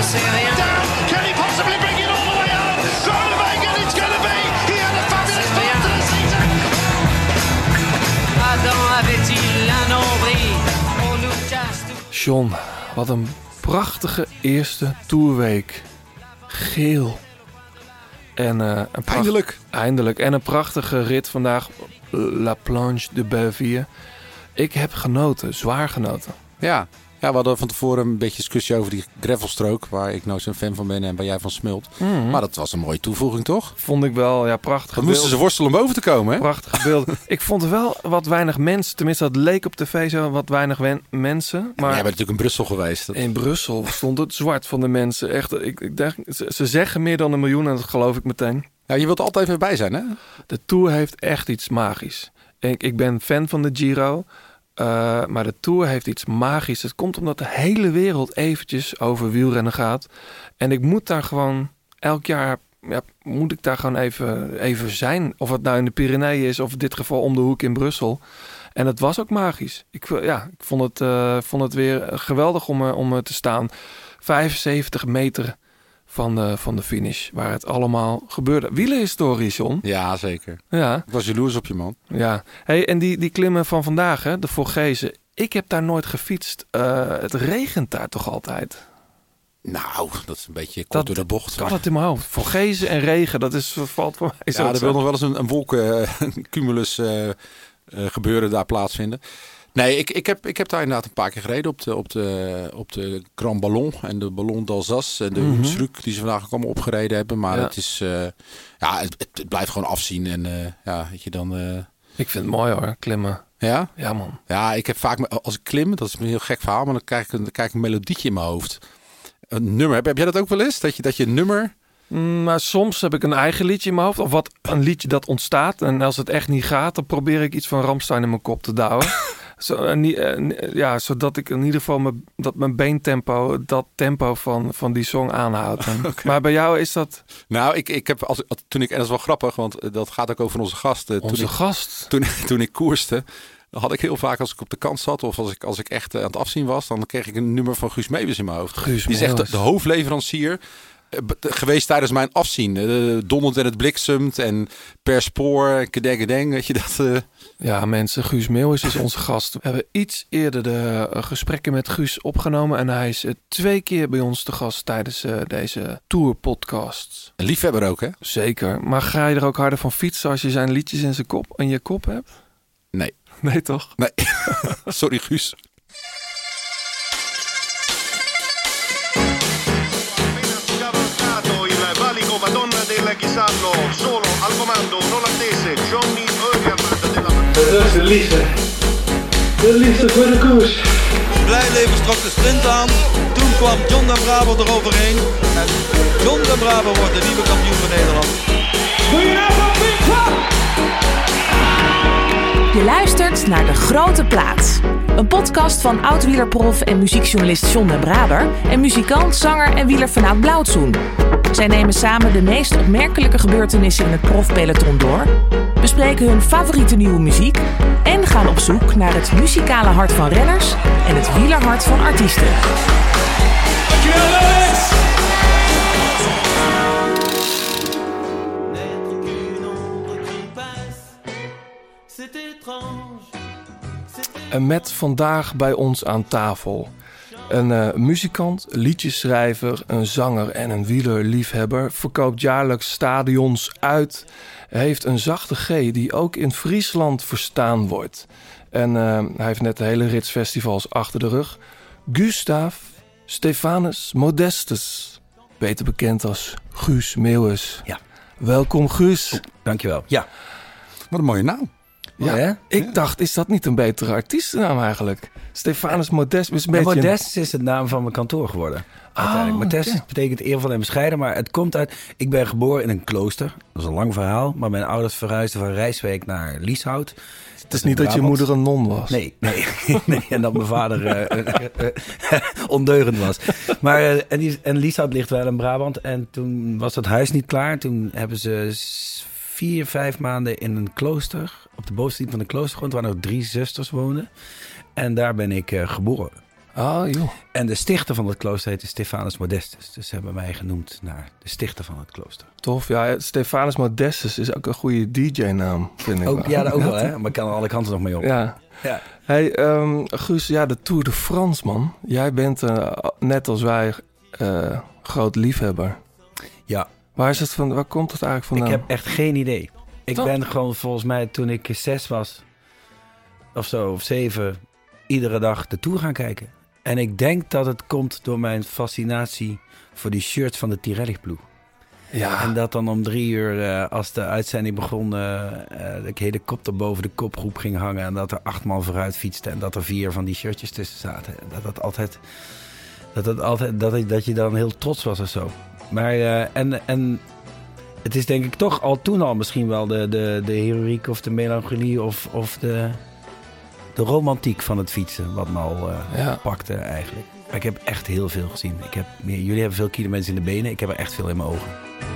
sais rien. Down. Can he possibly bring it all the way out? Groenewegen, it's going to be. He had a fabulous start to the season. Adam avait-il un nombril? On nous casse tout. John, wat een prachtige eerste toerweek. Geel. En eindelijk. En een prachtige rit vandaag. La Planche de Belleville. Ik heb genoten, zwaar genoten. Ja, we hadden van tevoren een beetje discussie over die gravelstrook, waar ik nou zo'n fan van ben en waar jij van smult. Mm-hmm. Maar dat was een mooie toevoeging, toch? Vond ik wel, ja, prachtig. Dan moesten ze worstelen om boven te komen, hè? Prachtige beelden. Ik vond er wel wat weinig mensen, tenminste dat leek op tv zo, wat weinig mensen. Maar jij bent natuurlijk in Brussel geweest. In Brussel stond het zwart van de mensen. Echt, ik dacht, ze zeggen meer dan 1 miljoen en dat geloof ik meteen. Ja, je wilt er altijd even bij zijn, hè? De Tour heeft echt iets magisch. Ik ben fan van de Giro. Maar de Tour heeft iets magisch. Het komt omdat de hele wereld eventjes over wielrennen gaat. En ik moet daar gewoon elk jaar... Ja, moet ik daar gewoon even zijn. Of het nou in de Pyreneeën is of in dit geval om de hoek in Brussel. En het was ook magisch. Ik vond het weer geweldig om te staan. 75 meter van de finish, waar het allemaal gebeurde. Wielerhistorie, John. Ja, zeker. Ja. Ik was jaloers op je, man. Ja. Hey, en die klimmen van vandaag, hè, de Vogezen. Ik heb daar nooit gefietst. Het regent daar toch altijd? Nou, dat is een beetje kort door de bocht. Ik had het in mijn hoofd. Vogezen en regen, valt voor mij zo. Ja, er wil nog wel eens een wolkencumulus gebeuren daar plaatsvinden. Nee, ik heb daar inderdaad een paar keer gereden op de Grand Ballon en de Ballon d'Alsace en de Hunsrück die ze vandaag ook allemaal opgereden hebben. Maar het is, het blijft gewoon afzien en weet je dan. Ik vind het mooi hoor, klimmen. Ja? Ja, man. Ja, ik heb vaak als ik klim, dat is een heel gek verhaal, maar dan krijg ik een melodietje in mijn hoofd. Een nummer. Heb jij dat ook wel eens? Dat je een nummer... Maar soms heb ik een eigen liedje in mijn hoofd. Of een liedje dat ontstaat. En als het echt niet gaat, dan probeer ik iets van Rammstein in mijn kop te douwen. Zodat ik in ieder geval mijn beentempo, dat tempo van die song aanhoudt. Okay. Maar bij jou is dat... Nou, ik heb en dat is wel grappig, want dat gaat ook over onze gast. Toen ik koerste, dan had ik heel vaak als ik op de kant zat of als ik echt aan het afzien was, dan kreeg ik een nummer van Guus Meeuwis in mijn hoofd. Die is echt de hoofdleverancier geweest tijdens mijn afzien. Dondert en het bliksemt en per spoor, kedengedeng, weet je dat? Ja, mensen, Guus Meeuwis is onze gast. We hebben iets eerder de gesprekken met Guus opgenomen en hij is 2 keer bij ons te gast tijdens deze Tour-podcast. Een liefhebber ook, hè? Zeker. Maar ga je er ook harder van fietsen als je zijn liedjes in je kop hebt? Nee. Nee, toch? Nee. Sorry, Guus. Madonna del Chisallo, solo al comando un olandese, Johnny Eugerman della... Dat is de liefde voor de koers. Blijleven trok de sprint aan, toen kwam John den Braber eroverheen. En John den Braber wordt de nieuwe kampioen van Nederland. Je luistert naar De Grote Plaats. Een podcast van oud-wielerprof en muziekjournalist John den Braber en muzikant, zanger en wielerfanaat Blauwtsoen. Zij nemen samen de meest opmerkelijke gebeurtenissen in het profpeloton door, bespreken hun favoriete nieuwe muziek en gaan op zoek naar het muzikale hart van renners en het wielerhart van artiesten. En met vandaag bij ons aan tafel een muzikant, liedjesschrijver, een zanger en een wielerliefhebber. Verkoopt jaarlijks stadions uit. Heeft een zachte G die ook in Friesland verstaan wordt. En hij heeft net de hele ritsfestivals achter de rug. Gustav Stefanus Modestus. Beter bekend als Guus Meeuwis. Ja. Welkom Guus. Dankjewel. Ja. Wat een mooie naam. Ja, ik dacht, is dat niet een betere artiestennaam eigenlijk? Stefanus Modestus is een beetje... Modestus is de naam van mijn kantoor geworden. Modestus betekent eervol en bescheiden, maar het komt uit... Ik ben geboren in een klooster. Dat is een lang verhaal, maar mijn ouders verhuisden van Rijswijk naar Lieshout. Het is niet dat je moeder een non was. Nee. En dat mijn vader ondeugend was. Maar en Lieshout ligt wel in Brabant. En toen was dat huis niet klaar. Toen hebben ze 4-5 maanden in een klooster, op de bovenste van een klooster gewoond, waar nog 3 zusters woonden. En daar ben ik geboren. Oh, joh. En de stichter van het klooster heette Stephanus Modestus. Dus ze hebben mij genoemd naar de stichter van het klooster. Tof, ja. Stephanus Modestus is ook een goede DJ-naam, vind ik ook, wel. Ja, dat ook wel, hè? Maar ik kan er alle kanten nog mee op. Ja. Hey, Guus, de Tour de France, man. Jij bent, net als wij, groot liefhebber. Ja. Waar komt het eigenlijk vandaan? Ik heb echt geen idee. Ik ben gewoon volgens mij toen ik 6 was, of zo, of 7, iedere dag de Tour gaan kijken. En ik denk dat het komt door mijn fascinatie voor die shirts van de Tirelli-ploeg. Ja. En dat dan om 3 uur, als de uitzending begon, de helikopter boven de kopgroep ging hangen. En dat er 8 man vooruit fietsten. En dat er 4 van die shirtjes tussen zaten. Dat je dan heel trots was of zo. Maar, en het is denk ik toch al toen al misschien wel de heroïek of de melancholie of de romantiek van het fietsen. Wat me al pakte eigenlijk. Maar ik heb echt heel veel gezien. Jullie hebben veel kilometers in de benen. Ik heb er echt veel in mijn ogen.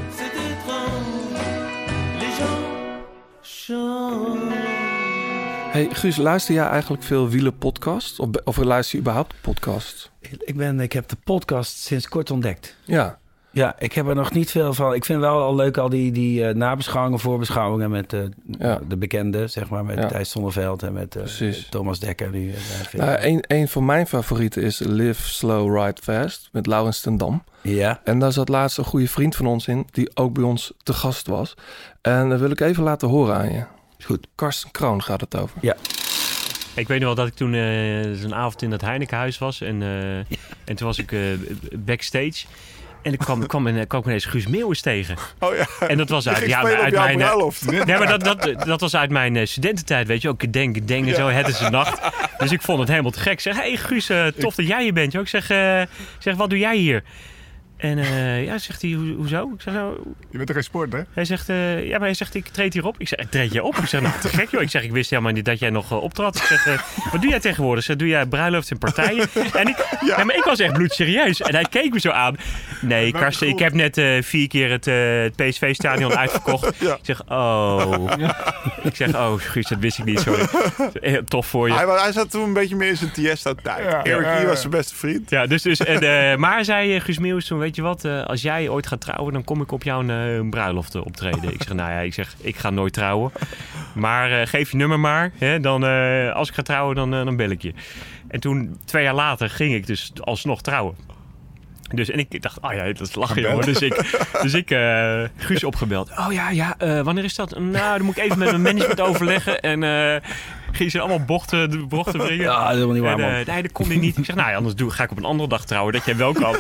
Hey Guus, luister jij eigenlijk veel wielerpodcasts? Of luister je überhaupt podcasts? Ik heb de podcast sinds kort ontdekt. Ja. Ja, ik heb er nog niet veel van. Ik vind wel al leuk al die nabeschouwingen, voorbeschouwingen met de bekende, zeg maar, met Thijs Zonneveld en met Thomas Dekker. Een van mijn favorieten is Live Slow, Ride Fast met Laurens ten Dam. Ja. En daar zat laatst een goede vriend van ons in, die ook bij ons te gast was. En dat wil ik even laten horen aan je. Goed. Karsten Kroon gaat het over. Ja. Ik weet nog wel dat ik toen een avond in dat Heinekenhuis was. En toen was ik backstage. En ik kwam ineens Guus Meeuwis tegen. Oh ja. En dat was uit mijn bruiloft. Nee, maar dat was uit mijn studententijd, weet je. Ook denk en zo, het is een nacht. Dus ik vond het helemaal te gek. Ik zeg, hey Guus, tof dat jij hier bent. Joh. Ik zeg, wat doe jij hier? En zegt hij, hoezo? Ik zeg, nou... Je bent toch geen sport, hè? Hij zegt, ik treed hierop. Ik zeg, treed je op? Ik zeg, nou, te gek joh. Ik zeg, ik wist helemaal niet dat jij nog optrad. Ik zeg, wat doe jij tegenwoordig? Ik zeg, doe jij bruiloft en partijen? Maar ik was echt bloedserieus. En hij keek me zo aan. Nee, Karsten, ik heb net 4 keer het PSV-stadion uitverkocht. Ja. Ik zeg, Guus, dat wist ik niet, sorry. Tof voor je. Hij zat toen een beetje meer in zijn Tiesto-tijd. Ja. Erik was zijn beste vriend. Ja, maar zei Guus Meeuwis toen, weet je wat, als jij ooit gaat trouwen, dan kom ik op jouw bruiloft optreden. Ik zeg, ik ga nooit trouwen. Maar geef je nummer maar. Hè, dan, als ik ga trouwen, dan bel ik je. En toen, 2 jaar later, ging ik dus alsnog trouwen. Dus, en ik dacht, dat is lachen, jongen. Dus ik Guus opgebeld. Wanneer is dat? Nou, dan moet ik even met mijn management overleggen. En ging ze allemaal bochten brengen. Ja, dat is helemaal niet waar, man. Nee, dat kon hij niet. Ik zeg, anders ga ik op een andere dag trouwen, dat jij wel kan.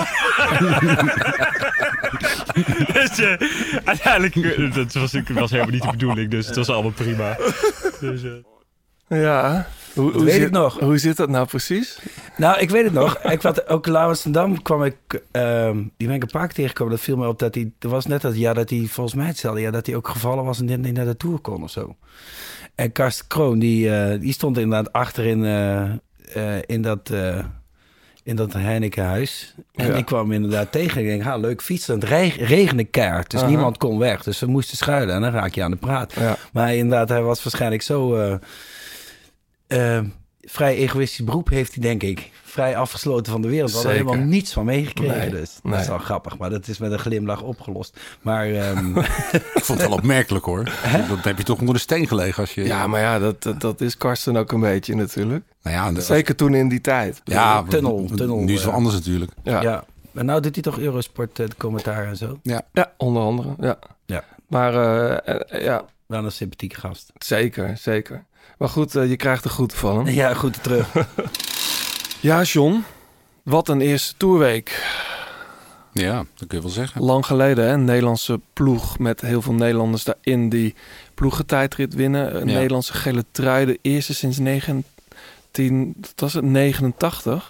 Dus uiteindelijk, dat was helemaal niet de bedoeling. Dus het was allemaal prima. Dus, ja, hoe zit dat nou precies? Nou, ik weet het nog. Ook Laurens ten Dam die ben ik een paar keer tegengekomen. Dat viel me op dat hij... Er was net dat jaar dat hij, volgens mij hetzelfde jaar, dat hij ook gevallen was en niet naar de Tour kon of zo. En Karsten Kroon, die stond inderdaad achterin in dat Heinekenhuis. En ik kwam inderdaad tegen. Ik denk, leuk fietsen. Het regende keihard. Dus niemand kon weg. Dus we moesten schuilen. En dan raak je aan de praat. Ja. Maar inderdaad, hij was waarschijnlijk zo... vrij egoïstisch beroep heeft hij, denk ik. Vrij afgesloten van de wereld. We hadden er helemaal niets van meegekregen. Nee, dus dat is wel grappig. Maar dat is met een glimlach opgelost. Maar ik vond het wel opmerkelijk, hoor. Dan heb je toch onder de steen gelegen als je... Ja, maar ja, dat is Karsten ook een beetje natuurlijk. Nou ja, zeker toen in die tijd. Ja, tunnel. Nu is het wel anders natuurlijk. Ja. En nou doet hij toch Eurosport de commentaar en zo? Ja, onder andere. Ja. Maar wel een sympathieke gast. Zeker. Maar goed, je krijgt de groeten van hem. Ja, groeten terug. Ja, John. Wat een eerste toerweek. Ja, dat kun je wel zeggen. Lang geleden, hè? Een Nederlandse ploeg met heel veel Nederlanders daarin die ploegentijdrit winnen. Een Nederlandse gele trui, de eerste sinds 1989.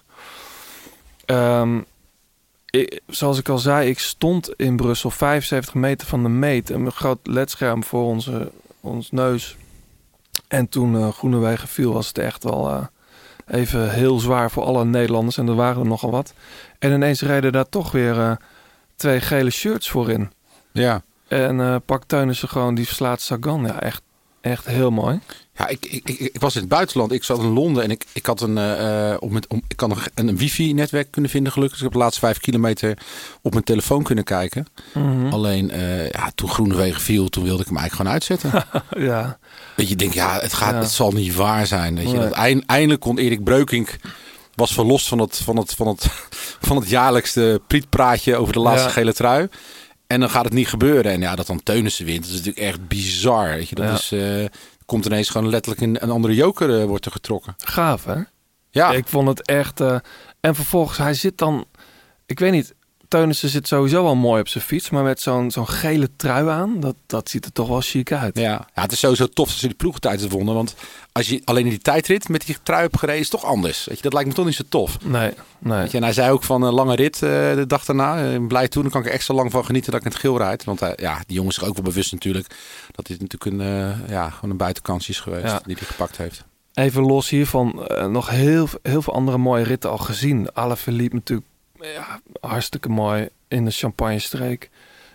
Zoals ik al zei, ik stond in Brussel 75 meter van de meet. Een groot ledscherm voor ons neus. En toen Groenewegen viel, was het echt wel even heel zwaar voor alle Nederlanders. En er waren er nogal wat. En ineens reden daar toch weer 2 gele shirts voor in. Ja. En Pak Teunissen gewoon, die verslaat Sagan. Ja, Echt heel mooi. Ja, ik was in het buitenland. Ik zat in Londen en ik had ik kan nog een wifi-netwerk kunnen vinden gelukkig. Dus ik heb de laatste 5 kilometer op mijn telefoon kunnen kijken. Mm-hmm. Alleen toen Groenewegen viel, toen wilde ik hem eigenlijk gewoon uitzetten. Ja. Weet je, denk het zal niet waar zijn. Weet je, dat eindelijk kon Erik Breukink was verlost van het jaarlijkse prietpraatje over de laatste gele trui. En dan gaat het niet gebeuren. En ja, dat dan Teunissen wint, dat is natuurlijk echt bizar. Weet je, dat is komt ineens gewoon letterlijk een andere joker wordt er getrokken. Gaaf, hè? Ja. Ik vond het echt... en vervolgens, hij zit dan... Ik weet niet, Teunissen zit sowieso al mooi op zijn fiets, maar met zo'n gele trui aan, dat ziet er toch wel chic uit. Ja, het is sowieso tof als ze die ploegentijd wonnen. Want als je alleen in die tijdrit met die trui hebt gereden, is het toch anders. Weet je, dat lijkt me toch niet zo tof. Nee. Weet je, en hij zei ook van een lange rit de dag daarna. Blij toen, dan kan ik er extra lang van genieten dat ik in het geel rijd. Want die jongen is zich ook wel bewust natuurlijk dat dit natuurlijk gewoon een buitenkansje is geweest die hij gepakt heeft. Even los hiervan, nog heel veel andere mooie ritten al gezien. Alaphilippe natuurlijk hartstikke mooi in de Champagne-streek.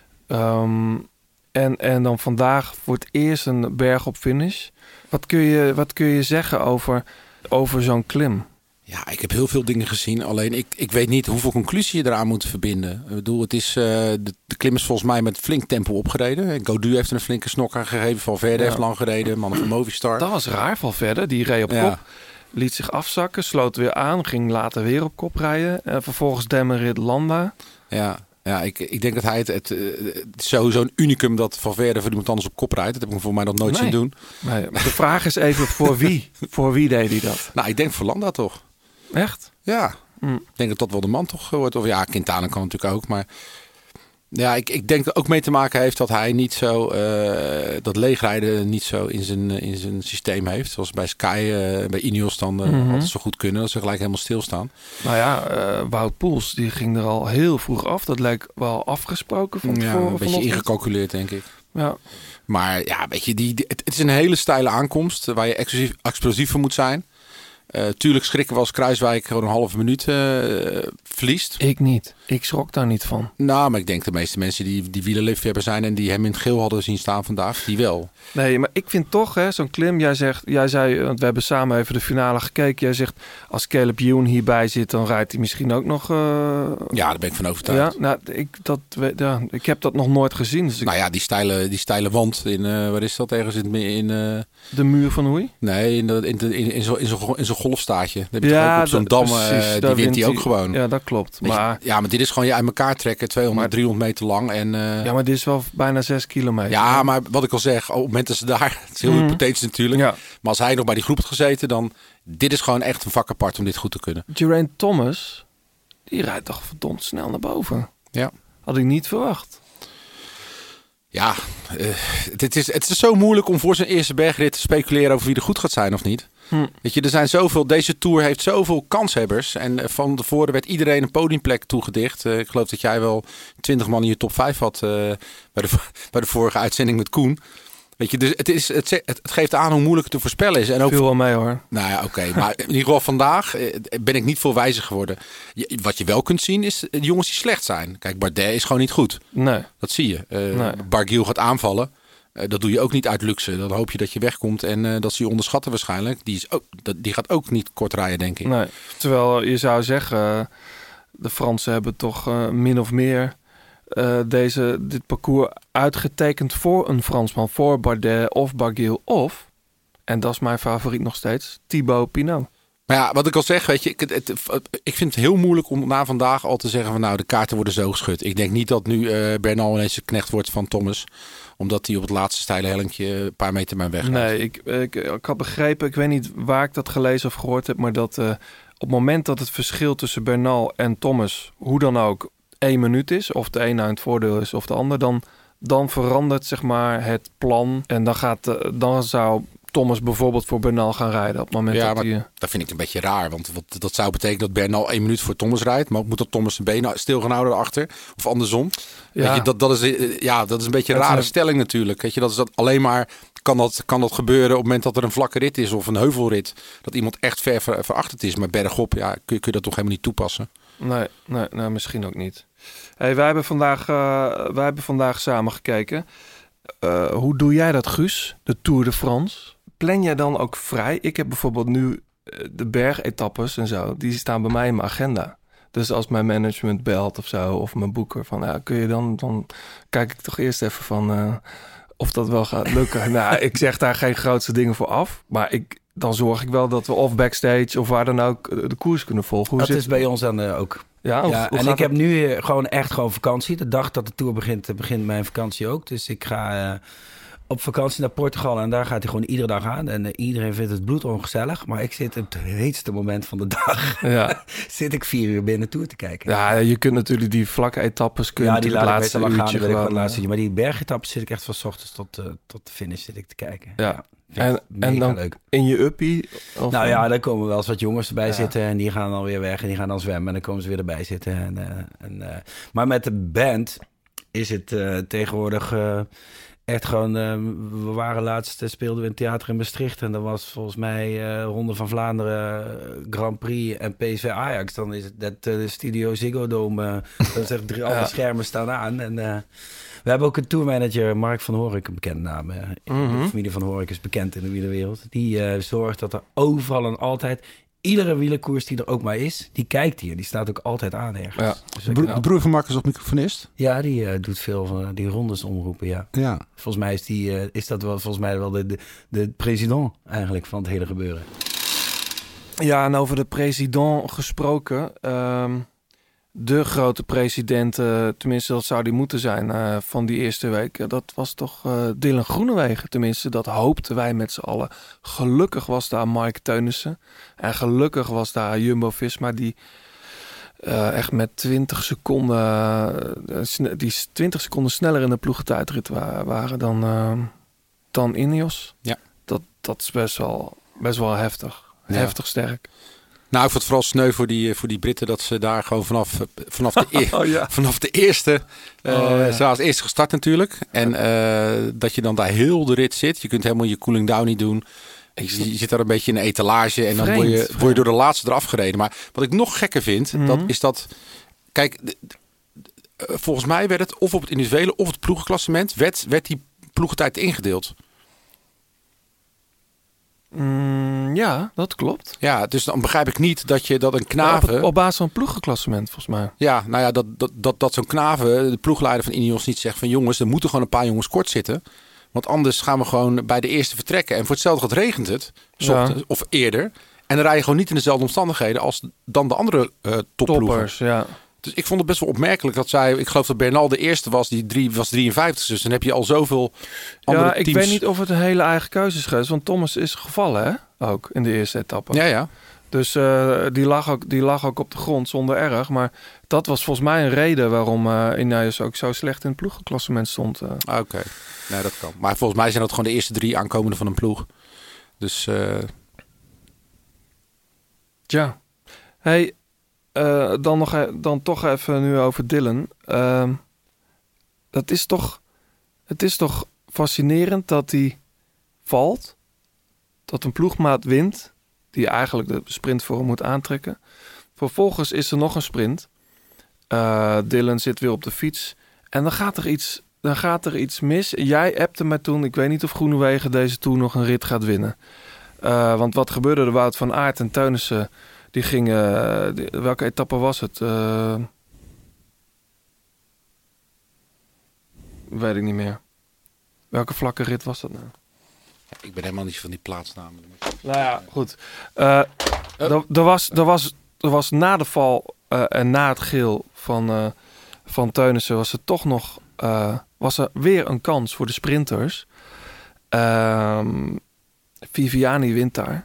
En dan vandaag voor het eerst een berg op finish. Wat kun je zeggen over zo'n klim? Ja, ik heb heel veel dingen gezien. Alleen ik weet niet hoeveel conclusie je eraan moet verbinden. Ik bedoel, het is, de klim is volgens mij met flink tempo opgereden. Gaudu heeft er een flinke snokker gegeven. Valverde heeft lang gereden. Mannen van Movistar. Dat was raar, Valverde. Die reed op kop. Liet zich afzakken, sloot weer aan. Ging later weer op kop rijden. Vervolgens Demmerit Landa. Ja, ik denk dat hij het is sowieso een unicum dat Valverde voor iemand anders op kop rijdt. Dat heb ik voor mij nog nooit zien doen. Nee, maar de vraag is even voor wie? Voor wie deed hij dat? Nou, ik denk voor Landa toch. Echt? Ja. Ik denk dat dat wel de man toch wordt. Of ja, Quintana kan natuurlijk ook. Maar ja, ik denk dat ook mee te maken heeft dat hij niet zo dat leegrijden niet zo in zijn systeem heeft. Zoals bij Sky, bij Ineos dan altijd zo goed kunnen. Dat ze gelijk helemaal stilstaan. Nou ja, Wout Poels die ging er al heel vroeg af. Dat lijkt wel afgesproken van tevoren. Een beetje ingecalculeerd, denk ik. Ja. Maar ja, weet je, het is een hele steile aankomst waar je explosief voor moet zijn. Tuurlijk schrikken we als Kruiswijk gewoon een halve minuut verliest. Ik niet. Ik schrok daar niet van. Nou, maar ik denk de meeste mensen die wielerliefhebber zijn en die hem in het geel hadden zien staan vandaag, die wel. Nee, maar ik vind toch, zo'n klim, jij zei, want we hebben samen even de finale gekeken. Jij zegt, als Caleb Ewan hierbij zit, dan rijdt hij misschien ook nog... Ja, daar ben ik van overtuigd. Ja, nou, ik heb dat nog nooit gezien. Dus nou ja, die steile wand in, waar is dat ergens in de muur van Hoei? Nee, in zo'n golfstaatje. Dan heb je toch ook op zo'n dam, die wint hij ook gewoon. Ja, dat klopt. Maar dit is gewoon je uit elkaar trekken, 300 meter lang. En, ja, maar dit is wel bijna 6 kilometer. Ja, maar wat ik al zeg, op het moment dat ze daar, het is heel hypothetisch natuurlijk. Ja. Maar als hij nog bij die groep had gezeten, dan dit is gewoon echt een vak apart om dit goed te kunnen. Geraint Thomas, die rijdt toch verdomd snel naar boven. Ja. Had ik niet verwacht. Ja, het is zo moeilijk om voor zijn eerste bergrit te speculeren over wie er goed gaat zijn of niet. Weet je, er zijn zoveel. Deze Tour heeft zoveel kanshebbers. En van tevoren werd iedereen een podiumplek toegedicht. Ik geloof dat jij wel 20 man in je top 5 had bij de vorige uitzending met Koen. Weet je, dus het geeft aan hoe moeilijk het te voorspellen is. En ook viel wel mee hoor. Nou ja, oké. Maar in ieder geval vandaag ben ik niet veel wijzer geworden. Wat je wel kunt zien is de jongens die slecht zijn. Kijk, Bardet is gewoon niet goed. Nee. Dat zie je. Barguil gaat aanvallen. Dat doe je ook niet uit luxe. Dan hoop je dat je wegkomt en dat ze je onderschatten waarschijnlijk. Die gaat ook niet kort rijden, denk ik. Nee. Terwijl je zou zeggen, de Fransen hebben toch min of meer dit parcours uitgetekend voor een Fransman. Voor Bardet of Barguil of, en dat is mijn favoriet nog steeds, Thibaut Pinot. Maar ja, wat ik al zeg, weet je, ik vind het heel moeilijk om na vandaag al te zeggen van nou, de kaarten worden zo geschud. Ik denk niet dat nu Bernal ineens de knecht wordt van Thomas, omdat hij op het laatste steile hellinkje een paar meter mijn weg gaat. Nee, ik had begrepen, ik weet niet waar ik dat gelezen of gehoord heb, maar dat op het moment dat het verschil tussen Bernal en Thomas, hoe dan ook, 1 minuut is, of de een nou in het voordeel is of de ander, dan verandert zeg maar het plan en dan zou Thomas bijvoorbeeld voor Bernal gaan rijden op het moment dat hij... Dat vind ik een beetje raar, want dat zou betekenen dat Bernal 1 minuut voor Thomas rijdt, maar moet dat Thomas zijn benen stil gaan houden erachter of andersom? Ja. Weet je, dat is een beetje een rare stelling natuurlijk. Weet je, dat is dat alleen maar kan dat gebeuren op het moment dat er een vlakke rit is of een heuvelrit, dat iemand echt ver verachterd is, maar bergop, kun je dat toch helemaal niet toepassen? Nee, misschien ook niet. Hey, wij hebben vandaag samen gekeken. hoe doe jij dat, Guus? De Tour de France. Plan jij dan ook vrij? Ik heb bijvoorbeeld nu de bergetappes en zo. Die staan bij mij in mijn agenda. Dus als mijn management belt of zo, of mijn boeker van, kun je dan kijk ik toch eerst even van of dat wel gaat lukken. Nou, ik zeg daar geen grootste dingen voor af, maar dan zorg ik wel dat we of backstage of waar dan ook de koers kunnen volgen. Dat is bij ons dan ook. Ja, en ik heb nu gewoon vakantie. De dag dat de Tour begint mijn vakantie ook. Dus ik ga op vakantie naar Portugal en daar gaat hij gewoon iedere dag aan. En iedereen vindt het bloedongezellig. Maar ik zit op het heetste moment van de dag. Ja. Zit ik 4 uur binnen Tour te kijken. Ja, je kunt natuurlijk die vlakke etappes die laat laatste ik meestal gaan. Het laatste uurtje. Maar die bergetappes zit ik echt van 's ochtends tot de finish zit ik te kijken. Ja. En dan leuk. In je uppie? Nou ja, dan komen wel eens wat jongens erbij zitten. En die gaan dan weer weg en die gaan dan zwemmen. En dan komen ze weer erbij zitten. Maar met de band is het tegenwoordig echt gewoon... we waren laatst, speelden we in theater in Maastricht. En dat was volgens mij Ronde van Vlaanderen, Grand Prix en PSV Ajax. Dan is het de Studio Ziggo Dome. Dan zeg 3 alle schermen staan aan. En... we hebben ook een tourmanager, Mark van Horik, een bekende naam. De familie van Horik is bekend in de wielerwereld. Die zorgt dat er overal en altijd... iedere wielerkoers die er ook maar is, die kijkt hier. Die staat ook altijd aan ergens. Ja. Dus de broer van Mark is ook microfonist? Ja, die doet veel van die rondes omroepen, ja. Volgens mij is dat wel de president eigenlijk van het hele gebeuren. Ja, en over de president gesproken... de grote president, tenminste dat zou die moeten zijn van die eerste week. Dat was toch Dylan Groenewegen. Tenminste, dat hoopten wij met z'n allen. Gelukkig was daar Mike Teunissen. En gelukkig was daar Jumbo-Visma die echt met 20 seconden... die 20 seconden sneller in de ploegentijdrit waren dan Ineos. Ja. Dat is best wel heftig. Ja. Heftig sterk. Nou, ik vond het vooral sneu voor die Britten dat ze daar gewoon vanaf de eerste... Ze als eerste gestart natuurlijk. En dat je dan daar heel de rit zit. Je kunt helemaal je cooling down niet doen. Je zit daar een beetje in een etalage en dan word je door de laatste eraf gereden. Maar wat ik nog gekker vind, is dat... Kijk, volgens mij werd het of op het individuele of het ploegenklassement... werd die ploegentijd ingedeeld. Ja, dat klopt. Ja, dus dan begrijp ik niet dat een Knaven... Op basis van een ploegenklassement, volgens mij. Ja, nou ja, dat zo'n Knaven, de ploegleider van Ineos, niet zegt van... jongens, er moeten gewoon een paar jongens kort zitten. Want anders gaan we gewoon bij de eerste vertrekken. En voor hetzelfde gaat regent het, of eerder. En dan rij je gewoon niet in dezelfde omstandigheden als dan de andere topploegers. Ja. Dus ik vond het best wel opmerkelijk dat zij... Ik geloof dat Bernal de eerste was, die was 53. Dus dan heb je al zoveel andere teams. Ik weet niet of het een hele eigen keuze is geweest. Want Thomas is gevallen, hè? Ook in de eerste etappe. Ja. Dus die lag ook op de grond zonder erg. Maar dat was volgens mij een reden waarom Ineos ook zo slecht in het ploegenklassement stond. Oké, nee, dat kan. Maar volgens mij zijn dat gewoon de eerste 3 aankomenden van een ploeg. Dus... Tja. Hey... Dan toch even nu over Dylan. Het is toch fascinerend dat hij valt. Dat een ploegmaat wint. Die eigenlijk de sprint voor hem moet aantrekken. Vervolgens is er nog een sprint. Dylan zit weer op de fiets. En dan gaat er iets mis. Jij appte mij toen. Ik weet niet of Groenewegen deze Tour nog een rit gaat winnen. Want wat gebeurde er? Wout van Aert en Teunissen... Die gingen... welke etappe was het? Weet ik niet meer. Welke vlakke rit was dat nou? Ik ben helemaal niet van die plaatsnamen. Nou ja, goed. Er was na de val en na het geel van Teunissen... was er toch nog... was er weer een kans voor de sprinters. Viviani wint daar.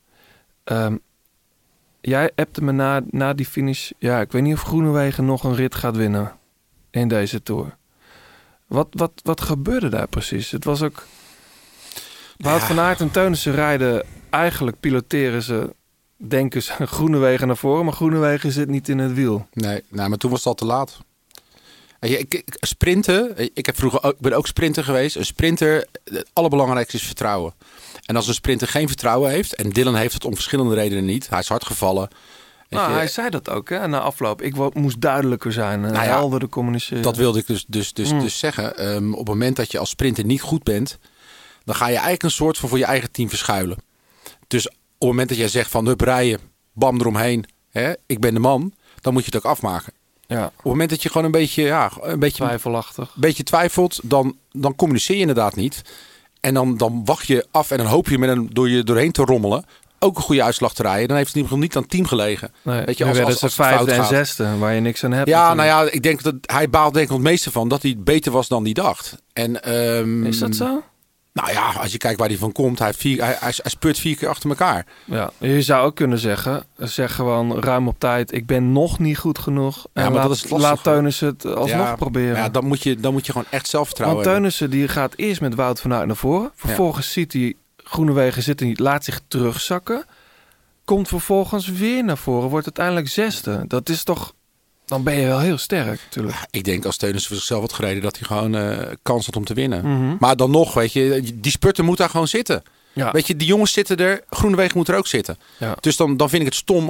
Jij appte me na die finish... Ja, ik weet niet of Groenewegen nog een rit gaat winnen in deze Tour. Wat gebeurde daar precies? Het was ook... Wout van Aert en Teunissen rijden... Eigenlijk piloteren ze... Denken ze Groenewegen naar voren... Maar Groenewegen zit niet in het wiel. Nee, maar toen was het al te laat. Sprinten... Ik ben ook sprinter geweest. Een sprinter... Het allerbelangrijkste is vertrouwen. En als een sprinter geen vertrouwen heeft... en Dylan heeft het om verschillende redenen niet... hij is hard gevallen... Nou, hij zei dat ook, hè, na afloop. Ik moest duidelijker zijn, helderder communiceren. Dat wilde ik dus zeggen. Op het moment dat je als sprinter niet goed bent, dan ga je eigenlijk een soort van voor je eigen team verschuilen. Dus op het moment dat jij zegt van hup rijden, bam eromheen, hè, ik ben de man, dan moet je het ook afmaken. Ja. Op het moment dat je gewoon een beetje twijfelachtig, een beetje twijfelt, dan communiceer je inderdaad niet. En dan wacht je af en dan hoop je door je doorheen te rommelen ook een goede uitslag te rijden. Dan heeft het in ieder geval niet aan het team gelegen. Nee, weet je, als het 5e en 6e, waar je niks aan hebt. Ja, natuurlijk. Nou ja, ik denk dat hij baalt denk ik het meeste van dat hij beter was dan hij dacht. En, is dat zo? Nou ja, als je kijkt waar hij van komt, hij speurt 4 keer achter elkaar. Ja, je zou ook kunnen zeggen, zeg gewoon ruim op tijd, ik ben nog niet goed genoeg. En laat Teunissen het alsnog proberen. Ja, dan moet je gewoon echt zelfvertrouwen hebben. Want Teunissen die gaat eerst met Wout van Aert naar voren. Vervolgens ziet hij Groenewegen zitten niet, laat zich terugzakken. Komt vervolgens weer naar voren, wordt uiteindelijk 6e. Dat is toch... Dan ben je wel heel sterk, natuurlijk. Ja, ik denk als Teunissen voor zichzelf had gereden, dat hij gewoon kans had om te winnen. Mm-hmm. Maar dan nog, weet je, die spurter moet daar gewoon zitten. Ja. Weet je, die jongens zitten er, Groenewegen moet er ook zitten. Ja. Dus dan vind ik het stom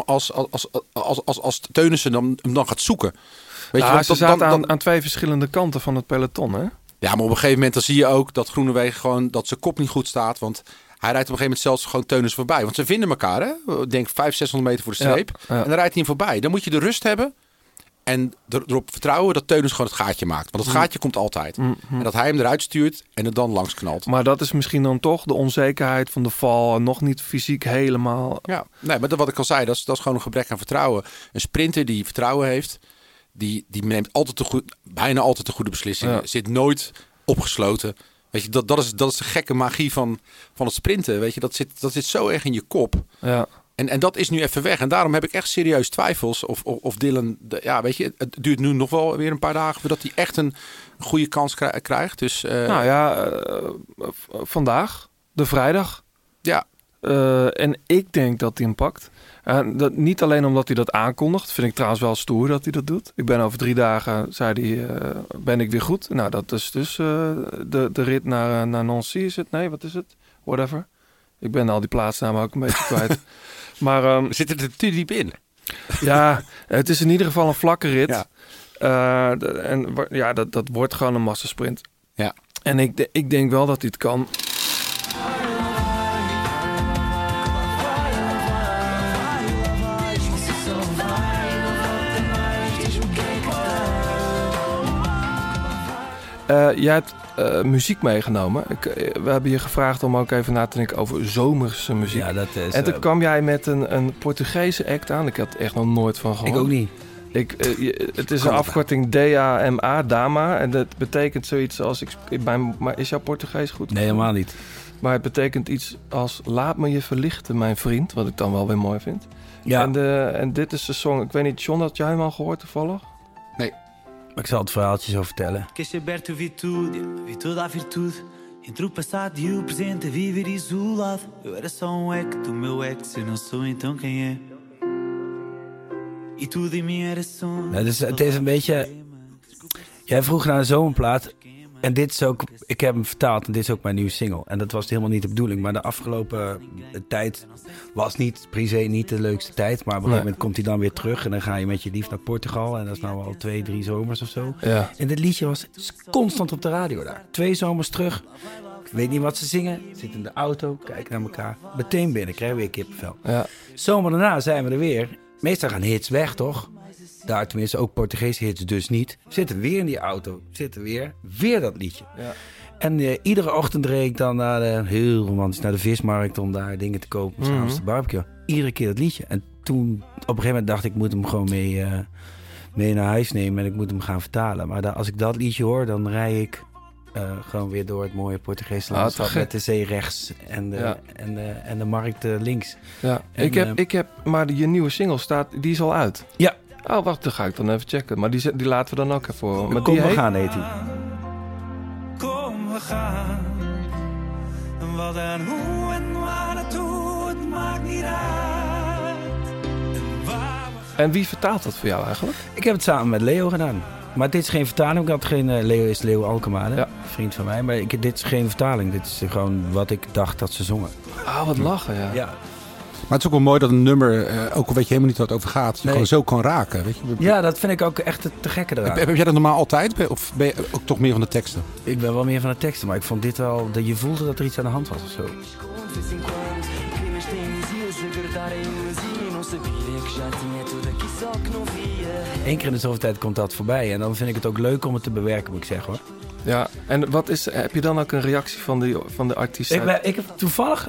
als Teunissen dan gaat zoeken. Weet je, ze zaten aan 2 verschillende kanten van het peloton, hè? Ja, maar op een gegeven moment dan zie je ook dat Groenewegen gewoon, dat zijn kop niet goed staat. Want hij rijdt op een gegeven moment zelfs gewoon Teunissen voorbij. Want ze vinden elkaar, hè? Ik denk 500-600 meter voor de streep. Ja. En dan rijdt hij hem voorbij. Dan moet je de rust hebben. En erop vertrouwen dat Teunissen gewoon het gaatje maakt. Want het gaatje komt altijd. En dat hij hem eruit stuurt en het dan langs knalt. Maar dat is misschien dan toch de onzekerheid van de val. Nog niet fysiek helemaal. Ja, nee, maar wat ik al zei, dat is gewoon een gebrek aan vertrouwen. Een sprinter die vertrouwen heeft, die neemt bijna altijd de goede beslissingen. Ja. Zit nooit opgesloten. Weet je, dat is de gekke magie van het sprinten. Weet je, dat zit zo erg in je kop. Ja. En dat is nu even weg. En daarom heb ik echt serieus twijfels of Dylan... Ja, weet je, het duurt nu nog wel weer een paar dagen voordat hij echt een goede kans krijgt. Dus, Nou ja, vandaag, de vrijdag. Ja. En ik denk dat hij hem pakt. Niet alleen omdat hij dat aankondigt. Vind ik trouwens wel stoer dat hij dat doet. Ik ben over 3 dagen, zei hij, ben ik weer goed. Nou, dat is dus de rit naar Nancy is het? Nee, wat is het? Whatever. Ik ben al die plaatsnamen ook een beetje kwijt. Maar we zitten er te diep in. Ja, het is in ieder geval een vlakke rit. Ja. Dat wordt gewoon een massasprint. Ja. En ik denk wel dat hij het kan. Jij hebt muziek meegenomen. We hebben je gevraagd om ook even na te denken over zomerse muziek. Ja, dat is, en toen kwam jij met een Portugese act aan. Ik had er echt nog nooit van gehoord. Ik ook niet. Het is een afkorting DAMA, Dama. En dat betekent zoiets als... Maar is jouw Portugees goed? Nee, helemaal niet. Maar het betekent iets als... Laat me je verlichten, mijn vriend. Wat ik dan wel weer mooi vind. Ja. En dit is de song... Ik weet niet, John, had jij hem al gehoord toevallig? Nee. Ik zal het verhaaltje zo vertellen. Aberto vi toda a virtude. Entre o passado e o presente a viver isolado. Eu era só eco do meu ex. Eu não sou então quem é. E tudo em mim era som. Het is een beetje... Jij vroeg naar een zomerplaat. En dit is ook... Ik heb hem vertaald en dit is ook mijn nieuwe single. En dat was helemaal niet de bedoeling. Maar de afgelopen tijd was niet de leukste tijd. Maar op een gegeven moment komt hij dan weer terug. En dan ga je met je lief naar Portugal. En dat is nou al 2-3 zomers of zo. Ja. En dit liedje was constant op de radio daar. 2 zomers terug. Ik weet niet wat ze zingen. Zit in de auto, kijken naar elkaar. Meteen binnen, krijgen we weer kippenvel. Ja. Zomer daarna zijn we er weer. Meestal gaan hits weg, toch? Daar tenminste ook Portugese hits dus niet. Zitten weer in die auto. Zitten weer dat liedje. Ja. En iedere ochtend reed ik dan heel romantisch naar de vismarkt om daar dingen te kopen. S'avonds de barbecue. Iedere keer dat liedje. En toen op een gegeven moment dacht ik moet hem gewoon mee naar huis nemen en ik moet hem gaan vertalen. Maar als ik dat liedje hoor, dan rij ik gewoon weer door het mooie Portugese landschap met de zee rechts en de markt links. Ja. En, ik heb, maar je nieuwe single staat, die is al uit. Ja. Oh, wacht, dan ga ik dan even checken. Maar die laten we dan ook even horen. Kom, we gaan, heet hij. Kom, we gaan. Wat en hoe en waar naartoe, het maakt niet uit. En wie vertaalt dat voor jou eigenlijk? Ik heb het samen met Leo gedaan. Maar dit is geen vertaling. Ik had geen... Leo is Leo Alkemade, een vriend van mij. Maar dit is geen vertaling. Dit is gewoon wat ik dacht dat ze zongen. Ah, wat lachen, ja. Ja. Maar het is ook wel mooi dat een nummer, ook al weet je helemaal niet wat het over gaat, je gewoon zo kan raken. Weet je? Ja, dat vind ik ook echt te gekke eraan. Heb jij dat normaal altijd? Of ben je ook toch meer van de teksten? Ik ben wel meer van de teksten, maar ik vond dit wel... Je voelde dat er iets aan de hand was of zo. Eén keer in de zoveel tijd komt dat voorbij. En dan vind ik het ook leuk om het te bewerken, moet ik zeggen, hoor. Ja, en heb je dan ook een reactie van de artiest? Ik heb toevallig...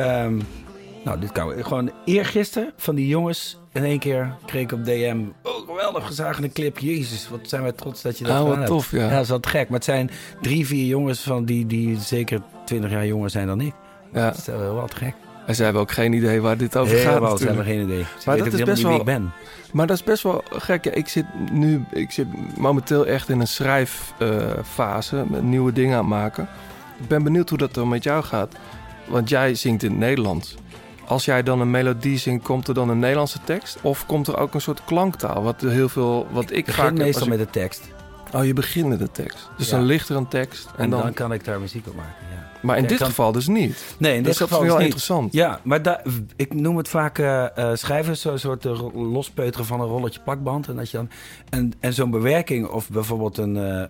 dit kan gewoon eergisteren van die jongens... In één keer kreeg ik op DM... Oh, geweldig, gezagen een clip. Jezus, wat zijn wij trots dat je dat gedaan hebt. Tof, ja. Ja, dat is wat gek. Maar het zijn 3-4 jongens van die zeker 20 jaar jonger zijn dan ik. Ja. Dat is wel wat gek. En ze hebben ook geen idee waar dit over gaat. Ze hebben geen idee. Maar dat is best wel wie ik ben. Maar dat is best wel gek. Ja, ik zit momenteel echt in een schrijffase. Met nieuwe dingen aan het maken. Ik ben benieuwd hoe dat dan met jou gaat. Want jij zingt in het Nederlands. Als jij dan een melodie zingt, komt er dan een Nederlandse tekst? Of komt er ook een soort klanktaal? Wat ik begin meestal met de tekst. Oh, je begint met de tekst. Dus dan ligt er een tekst. En dan kan ik daar muziek op maken, ja. Maar in dit geval dus niet. Nee, in dit geval is wel niet. Interessant. Ja, maar ik noem het vaak schrijven, zo'n soort lospeuteren van een rolletje plakband. En, dat je dan, en zo'n bewerking of bijvoorbeeld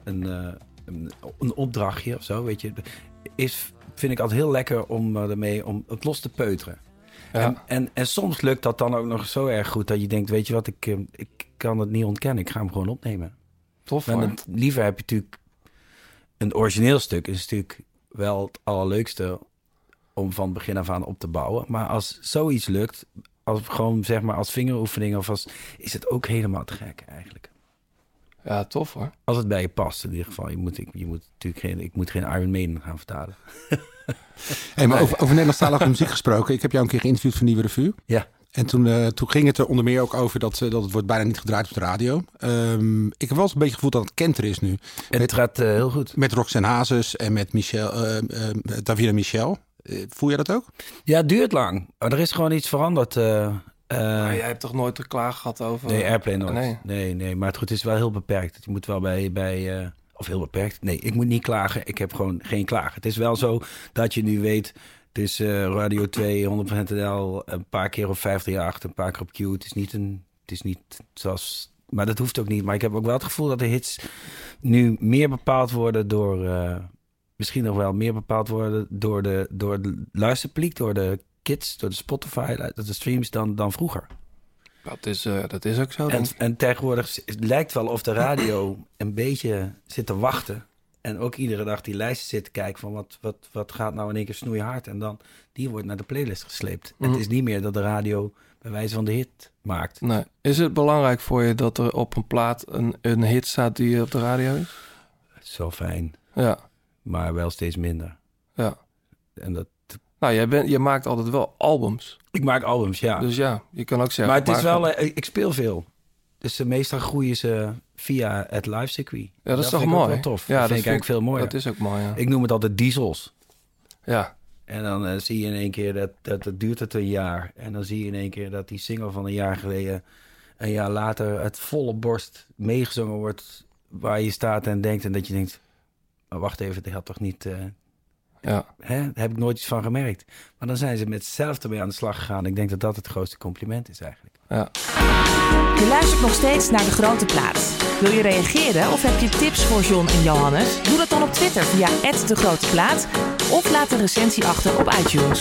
een opdrachtje of zo, weet je, vind ik altijd heel lekker om het los te peuteren. Ja. En soms lukt dat dan ook nog zo erg goed dat je denkt, weet je wat, ik kan het niet ontkennen. Ik ga hem gewoon opnemen. Tof, hoor. Liever heb je natuurlijk een origineel stuk. Is natuurlijk wel het allerleukste om van begin af aan op te bouwen. Maar als zoiets lukt, als vingeroefening is het ook helemaal te gek eigenlijk. Ja, tof hoor. Als het bij je past in ieder geval. Ik moet geen Iron Maiden gaan vertalen. Hey, maar over Nederlandstalige muziek gesproken. Ik heb jou een keer geïnterviewd voor Nieuwe Revue. Ja. En toen ging het er onder meer ook over dat het wordt bijna niet gedraaid op de radio. Ik heb wel eens een beetje gevoeld dat het kenter is nu. En het gaat heel goed. Met Roxanne Hazes en met Davina Michel. Voel je dat ook? Ja, het duurt lang. Maar er is gewoon iets veranderd. Maar jij hebt toch nooit te klagen gehad over... Nee, Airplay nooit. Nee. Maar het is wel heel beperkt. Je moet wel bij of heel beperkt. Nee, ik moet niet klagen. Ik heb gewoon geen klagen. Het is wel zo dat je nu weet... Het is Radio 2, 100% NL, een paar keer op 538, een paar keer op Q. Het is niet zoals... Maar dat hoeft ook niet. Maar ik heb ook wel het gevoel dat de hits nu meer bepaald worden door... misschien nog wel meer bepaald worden door de luisterpubliek, door de kids, door de Spotify, de streams dan vroeger. Dat is ook zo. En tegenwoordig lijkt wel of de radio een beetje zit te wachten. En ook iedere dag die lijsten zit te kijken van wat gaat nou in één keer snoeihard. En dan, die wordt naar de playlist gesleept. Het is niet meer dat de radio bij wijze van de hit maakt. Nee. Is het belangrijk voor je dat er op een plaat een hit staat die op de radio is? Zo fijn. Ja. Maar wel steeds minder. Ja. En dat... Nou, je maakt altijd wel albums. Ik maak albums, ja. Dus ja, je kan ook zeggen... Maar het is wel... ik speel veel. Dus meestal groeien ze via het live circuit. Ja, dat is toch mooi? Wel tof. Ja, dat vind ik eigenlijk veel mooier. Dat is ook mooi, ja. Ik noem het altijd diesels. Ja. En dan zie je in één keer dat het duurt het een jaar. En dan zie je in één keer dat die single van een jaar geleden... een jaar later het volle borst meegezongen wordt... waar je staat en denkt... en dat je denkt... maar wacht even, die had toch niet... Ja. Daar heb ik nooit iets van gemerkt. Maar dan zijn ze met hetzelfde mee aan de slag gegaan. Ik denk dat dat het grootste compliment is eigenlijk. Ja. Je luistert nog steeds naar De Grote Plaat. Wil je reageren of heb je tips voor John en Johannes? Doe dat dan op Twitter via @degroteplaat of laat een recensie achter op iTunes.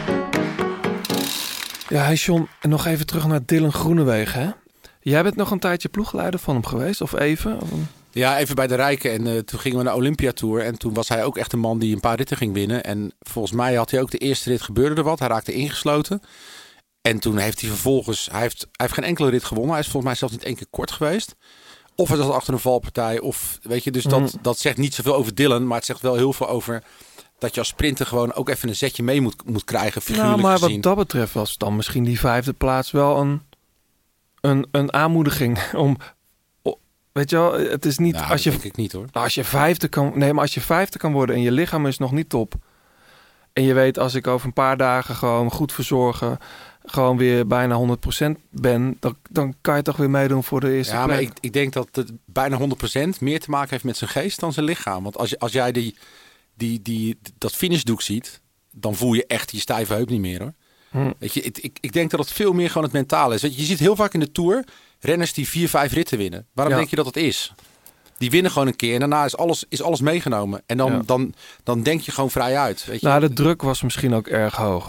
Ja, hey John, nog even terug naar Dylan Groenewegen, hè? Jij bent nog een tijdje ploegleider van hem geweest, of even? Ja, even bij de Rijken. En toen gingen we naar Olympia Tour. En toen was hij ook echt een man die een paar ritten ging winnen. En volgens mij had hij ook de eerste rit, gebeurde er wat. Hij raakte ingesloten. En toen heeft hij vervolgens... Hij heeft geen enkele rit gewonnen. Hij is volgens mij zelfs niet één keer kort geweest. Of hij zat achter een valpartij. Of weet je, dus dat zegt niet zoveel over Dylan. Maar het zegt wel heel veel over... dat je als sprinter gewoon ook even een zetje mee moet krijgen. Figuurlijk maar gezien. Wat dat betreft was dan misschien die 5e plaats wel een aanmoediging om... Weet je wel, het is niet... Nou, als je, denk ik niet hoor. Als je 5e kan... Nee, maar als je 5e kan worden en je lichaam is nog niet top... en je weet, als ik over een paar dagen gewoon goed verzorgen... gewoon weer bijna 100% ben... dan kan je toch weer meedoen voor de eerste plek. Ja, maar ik denk dat het bijna 100% meer te maken heeft met zijn geest dan zijn lichaam. Want als jij dat finishdoek ziet... dan voel je echt je stijve heup niet meer hoor. Weet je, ik denk dat het veel meer gewoon het mentale is. Weet je ziet heel vaak in de Tour renners die 4-5 ritten winnen. Waarom denk je dat is? Die winnen gewoon een keer en daarna is alles meegenomen. En dan denk je gewoon vrij uit. Weet je? Nou, de druk was misschien ook erg hoog.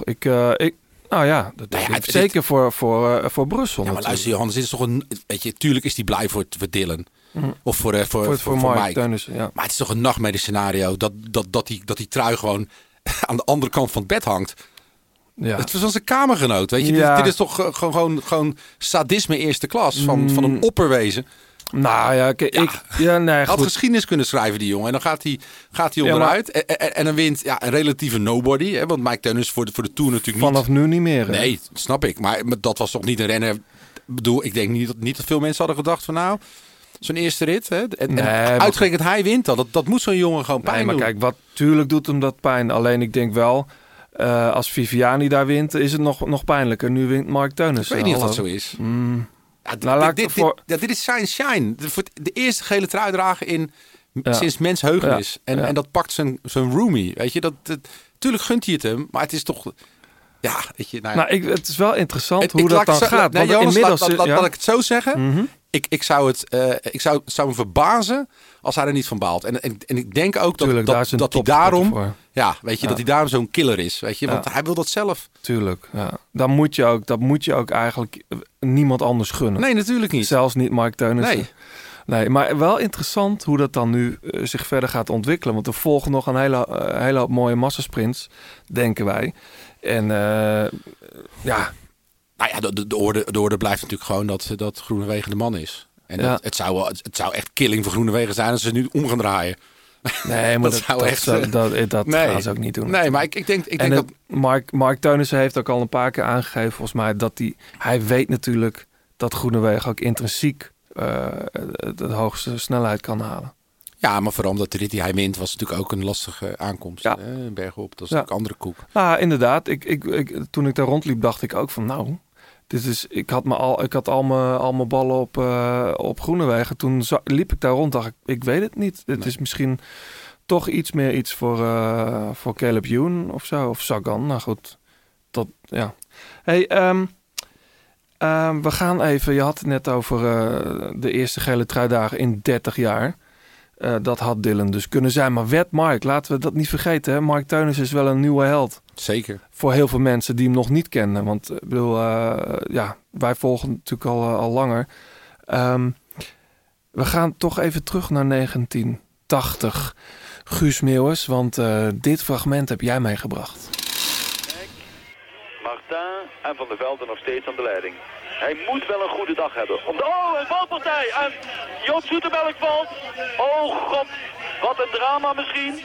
Zeker voor Brussel. Ja, maar luister Johannes, dit is toch een... Weet je, tuurlijk is die blij voor Dylan. Of voor Mike. Teunissen, ja. Maar het is toch een nachtmerrie scenario dat die trui gewoon aan de andere kant van het bed hangt. Ja. Het was als een kamergenoot, weet je. Dit is toch gewoon sadisme eerste klas van een opperwezen. Nou ja, had geschiedenis kunnen schrijven die jongen. En dan gaat hij onderuit. En dan wint een relatieve nobody. Hè, want Mike Teunissen voor de Tour natuurlijk vanaf nu niet meer. Hè? Nee, snap ik. Maar dat was toch niet een renner. Ik denk niet dat veel mensen hadden gedacht van nou... Zo'n eerste rit. Hè? En uitgerekend hij wint dat moet zo'n jongen gewoon pijn doen. Kijk, tuurlijk doet hem dat pijn. Alleen ik denk wel... als Viviani daar wint, is het nog pijnlijker. Nu wint Mike Teunissen. Ik weet niet of dat zo is. Dit is zijn shine. De eerste gele trui dragen sinds mensheugenis. En dat pakt zijn roomie. Weet je, tuurlijk gunt hij het hem, maar het is toch... Ja, weet je... het is wel interessant hoe dat dan gaat. Nee, Jonas, laat ik het zo zeggen. Mm-hmm. Ik zou me verbazen als hij er niet van baalt. En ik denk ook dat hij daarom... Ja, weet je, dat hij daarom zo'n killer is. Weet je, want hij wil dat zelf. Tuurlijk, ja. Dat moet je ook eigenlijk niemand anders gunnen. Nee, natuurlijk niet. Zelfs niet Mike Teunissen. Nee, maar wel interessant hoe dat dan nu zich verder gaat ontwikkelen. Want er volgen nog een hele hoop mooie massasprints, denken wij. En Nou ja, de orde blijft natuurlijk gewoon dat Groenewegen de man is. En het zou echt killing voor Groenewegen zijn als ze nu om gaan draaien. Nee, maar dat gaan ze ook niet doen. Nee, maar ik denk dat... Mark Teunissen heeft ook al een paar keer aangegeven, volgens mij, dat hij weet natuurlijk dat Groenewegen ook intrinsiek de hoogste snelheid kan halen. Ja, maar vooral omdat de rit die hij wint was natuurlijk ook een lastige aankomst. Ja. Bergop, dat is ook een andere koek. Nou, inderdaad. Toen ik daar rondliep, dacht ik ook van ik had al mijn ballen op Groenewegen. Toen liep ik daar rond, dacht ik weet het niet. Het is misschien toch iets voor Caleb Ewan of zo. Of Sagan, nou goed. Hey, we gaan even, je had het net over de eerste gele truidagen in 30 jaar. Dat had Dylan dus kunnen zijn. Maar werd Mike, laten we dat niet vergeten. Hè? Mike Teunissen is wel een nieuwe held. Zeker. Voor heel veel mensen die hem nog niet kennen. Want ik bedoel, wij volgen natuurlijk al langer. We gaan toch even terug naar 1980. Guus Meeuwis, want dit fragment heb jij meegebracht. Martin en Van der Velde nog steeds aan de leiding. Hij moet wel een goede dag hebben. Een valpartij. En Joop Zoetemelk valt. Oh god, wat een drama misschien.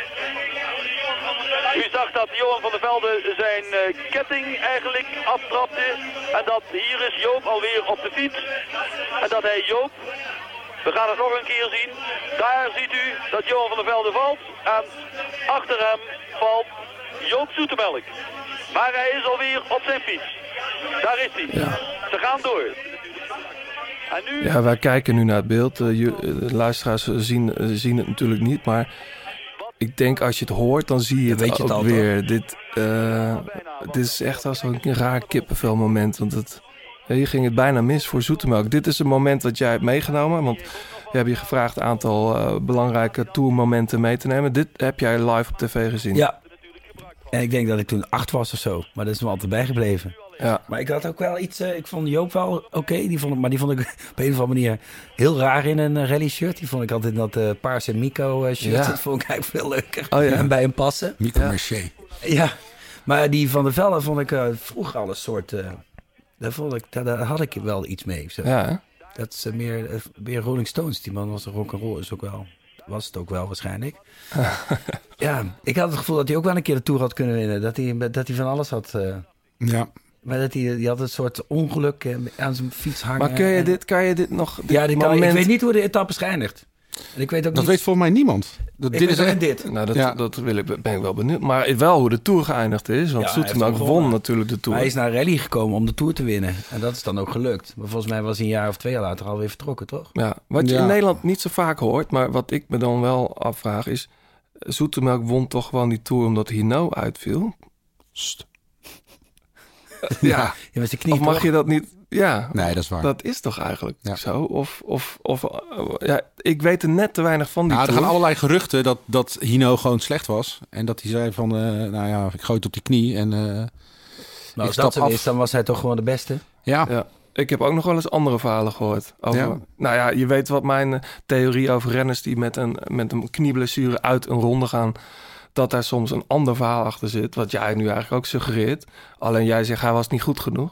U zag dat Johan van der Velde zijn ketting eigenlijk aftrapte. En dat hier is Joop alweer op de fiets. En dat hij Joop... We gaan het nog een keer zien. Daar ziet u dat Johan van der Velde valt. En achter hem valt Joop Zoetemelk. Maar hij is alweer op zijn fiets. Daar is hij. Ja. Ze gaan door. En nu... Ja, wij kijken nu naar het beeld. De luisteraars zien het natuurlijk niet. Maar ik denk als je het hoort, dan zie je het, weet je het ook weer. Dit is echt als een raar kippenvel moment. Want hier ging het bijna mis voor Zoetemelk. Dit is een moment dat jij hebt meegenomen. Want je hebt je gevraagd een aantal belangrijke tourmomenten mee te nemen. Dit heb jij live op tv gezien. Ja. En ik denk dat ik toen 8 was of zo. Maar dat is me altijd bijgebleven. Ja. Maar ik had ook wel iets... ik vond Joop wel oké. Die vond ik op een of andere manier heel raar in een rally shirt. Die vond ik altijd in dat paarse Mico shirt. Ja. Dat vond ik eigenlijk veel leuker. Oh, ja. En bij hem passen. Mico Marché. Ja. Maar die Van der Velde vond ik vroeger al een soort... Daar had ik wel iets mee. Zo. Ja. Dat is meer Rolling Stones. Die man was rock'n'roll. Was het ook wel waarschijnlijk. Ja, ik had het gevoel dat hij ook wel een keer de Tour had kunnen winnen. Dat hij van alles had... Ja. Maar die had een soort ongeluk aan zijn fiets hangen. Maar kan je dit nog... Ik weet niet hoe de etappe is geëindigd. En ik weet ook dat weet volgens mij niemand. Dit is echt dit. Nou, ben ik wel benieuwd. Maar wel hoe de Tour geëindigd is. Want Zoetemelk won natuurlijk de Tour. Maar hij is naar rally gekomen om de Tour te winnen. En dat is dan ook gelukt. Maar volgens mij was hij een jaar of 2 jaar later alweer vertrokken, toch? Ja, wat je in Nederland niet zo vaak hoort. Maar wat ik me dan wel afvraag is... Zoetemelk won toch gewoon die Tour omdat Hinault uitviel? Ja, met zijn knie. Of mag je dat niet... Ja, nee, dat is waar. Dat is toch eigenlijk zo? Of ik weet er net te weinig van. Er gaan allerlei geruchten dat Hino gewoon slecht was. En dat hij zei van, ik gooi het op die knie en als dat zo is, dan was hij toch gewoon de beste? Ja. Ik heb ook nog wel eens andere verhalen gehoord. Over, Nou ja, je weet wat mijn theorie over renners die met een knieblessure uit een ronde gaan, dat daar soms een ander verhaal achter zit. Wat jij nu eigenlijk ook suggereert. Alleen jij zegt, hij was niet goed genoeg.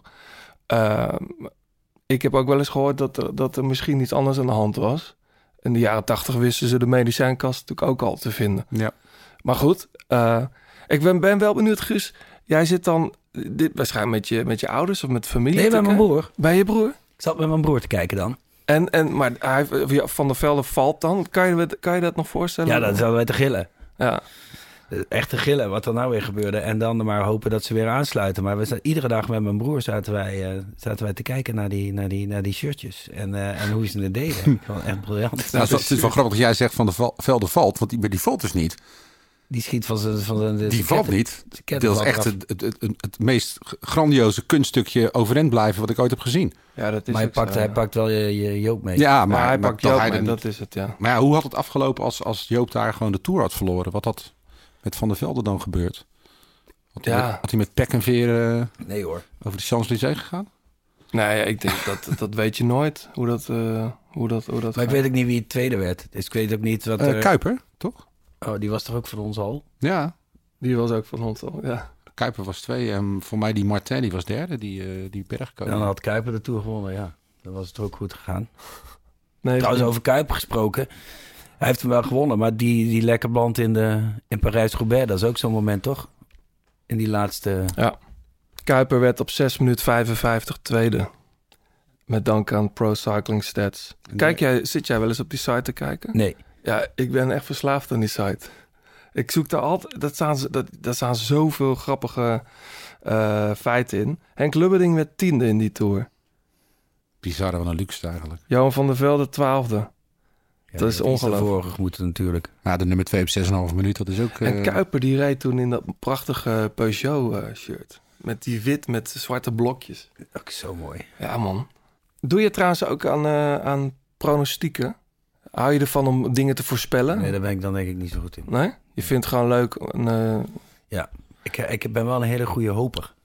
Ik heb ook wel eens gehoord dat er misschien iets anders aan de hand was. In de jaren 80 wisten ze de medicijnkast natuurlijk ook al te vinden. Ja. Maar goed, ik ben wel benieuwd, Guus. Jij zit dan waarschijnlijk met je ouders of met familie? Nee, bij mijn broer. Bij je broer? Ik zat met mijn broer te kijken dan. Maar Van der Velde valt dan? Kan je dat nog voorstellen? Ja, dan zouden wij te gillen. Ja. Echt te gillen wat er nou weer gebeurde. En dan maar hopen dat ze weer aansluiten. Maar iedere dag met mijn broer zaten wij te kijken naar die shirtjes. En hoe ze het deden. Echt briljant. Nou, het is wel grappig dat jij zegt Van der Velde valt. Want die valt dus niet. Die schiet van zijn die valt niet. Dat is echt het meest grandioze kunststukje overeind blijven wat ik ooit heb gezien. Ja, dat is maar hij pakt wel je Joop mee. Ja, maar hij pakt Joop mee, dat is het, ja. Maar ja, hoe had het afgelopen als Joop daar gewoon de Tour had verloren? Wat had met Van der Velde dan gebeurd? Had hij met pek en veer nee, hoor. Over de Champs-Élysées gegaan? Nee, ik denk dat weet je nooit. Hoe dat maar gaat. ik weet ook niet wie het tweede werd. Dus ik weet ook niet wat Kuiper, toch? Oh, die was toch ook van ons al? Ja. Die was ook van ons al, ja. Kuiper was 2 en voor mij die Martin, die was 3, die bergkoning. Dan had Kuiper de Tour gewonnen, ja. Dan was het ook goed gegaan. Nee, trouwens, over Kuiper gesproken. Hij heeft hem wel gewonnen, maar die lekker band in Parijs-Roubaix, dat is ook zo'n moment, toch? In die laatste... Ja. Kuiper werd op 6 minuten 55 tweede. Met dank aan Pro Cycling Stats. Zit jij wel eens op die site te kijken? Nee. Ja, ik ben echt verslaafd aan die site. Ik zoek daar altijd... Daar staan zoveel grappige feiten in. Henk Lubberding werd 10e in die Tour. Bizarre, wat een luxe eigenlijk. Johan van der Velde 12e. Ja, dat is ongelooflijk. Vorige moeten natuurlijk. Ja, de nummer 2 op 6,5 minuut, dat is ook... En Kuiper die reed toen in dat prachtige Peugeot-shirt. Met die wit met zwarte blokjes. Ook zo mooi. Ja, man. Doe je trouwens ook aan pronostieken? Hou je ervan om dingen te voorspellen? Nee, daar ben ik dan denk ik niet zo goed in. Nee? Je vindt het gewoon leuk? Ja, ik ben wel een hele goede hoper.